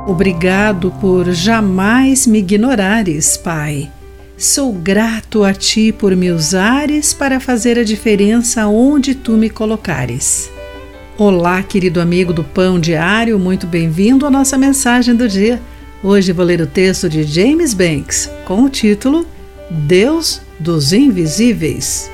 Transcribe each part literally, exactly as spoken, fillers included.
Obrigado por jamais me ignorares, Pai. Sou grato a Ti por me usares para fazer a diferença onde Tu me colocares. Olá, querido amigo do Pão Diário, muito bem-vindo à nossa mensagem do dia. Hoje vou ler o texto de James Banks com o título Deus dos Invisíveis.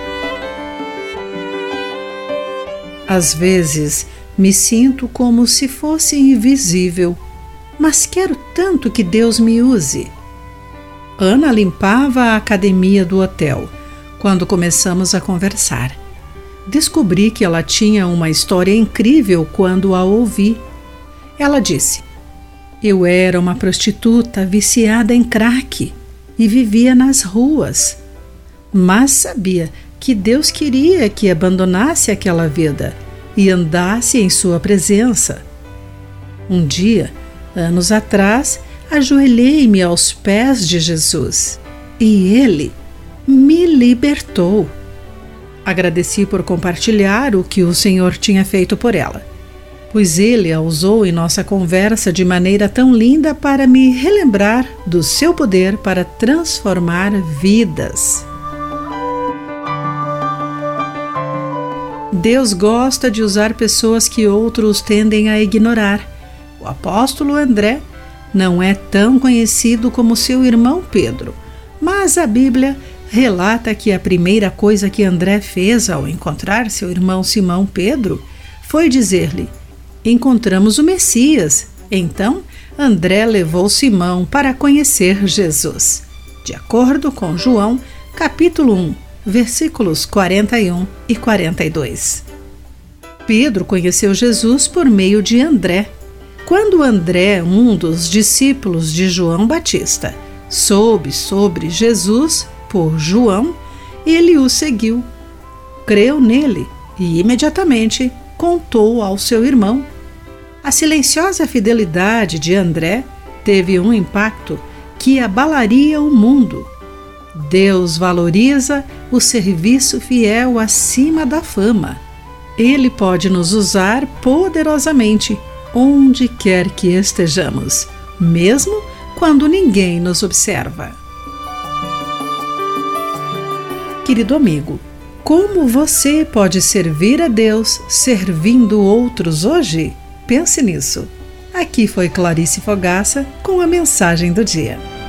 Às vezes, me sinto como se fosse invisível, mas quero tanto que Deus me use. Ana limpava a academia do hotel quando começamos a conversar. Descobri que ela tinha uma história incrível quando a ouvi. Ela disse: eu era uma prostituta viciada em crack e vivia nas ruas, mas sabia que Deus queria que abandonasse aquela vida e andasse em sua presença. Um dia, anos atrás, ajoelhei-me aos pés de Jesus e Ele me libertou. Agradeci por compartilhar o que o Senhor tinha feito por ela, pois Ele a usou em nossa conversa de maneira tão linda para me relembrar do seu poder para transformar vidas. Deus gosta de usar pessoas que outros tendem a ignorar. O apóstolo André não é tão conhecido como seu irmão Pedro, mas a Bíblia relata que a primeira coisa que André fez ao encontrar seu irmão Simão Pedro foi dizer-lhe: encontramos o Messias. Então, André levou Simão para conhecer Jesus, de acordo com João, capítulo um, versículos quarenta e um e quarenta e dois. Pedro conheceu Jesus por meio de André. Quando André, um dos discípulos de João Batista, soube sobre Jesus por João, ele o seguiu, creu nele e imediatamente contou ao seu irmão. A silenciosa fidelidade de André teve um impacto que abalaria o mundo. Deus valoriza o serviço fiel acima da fama. Ele pode nos usar poderosamente onde quer que estejamos, mesmo quando ninguém nos observa. Querido amigo, como você pode servir a Deus servindo outros hoje? Pense nisso. Aqui foi Clarice Fogaça com a mensagem do dia.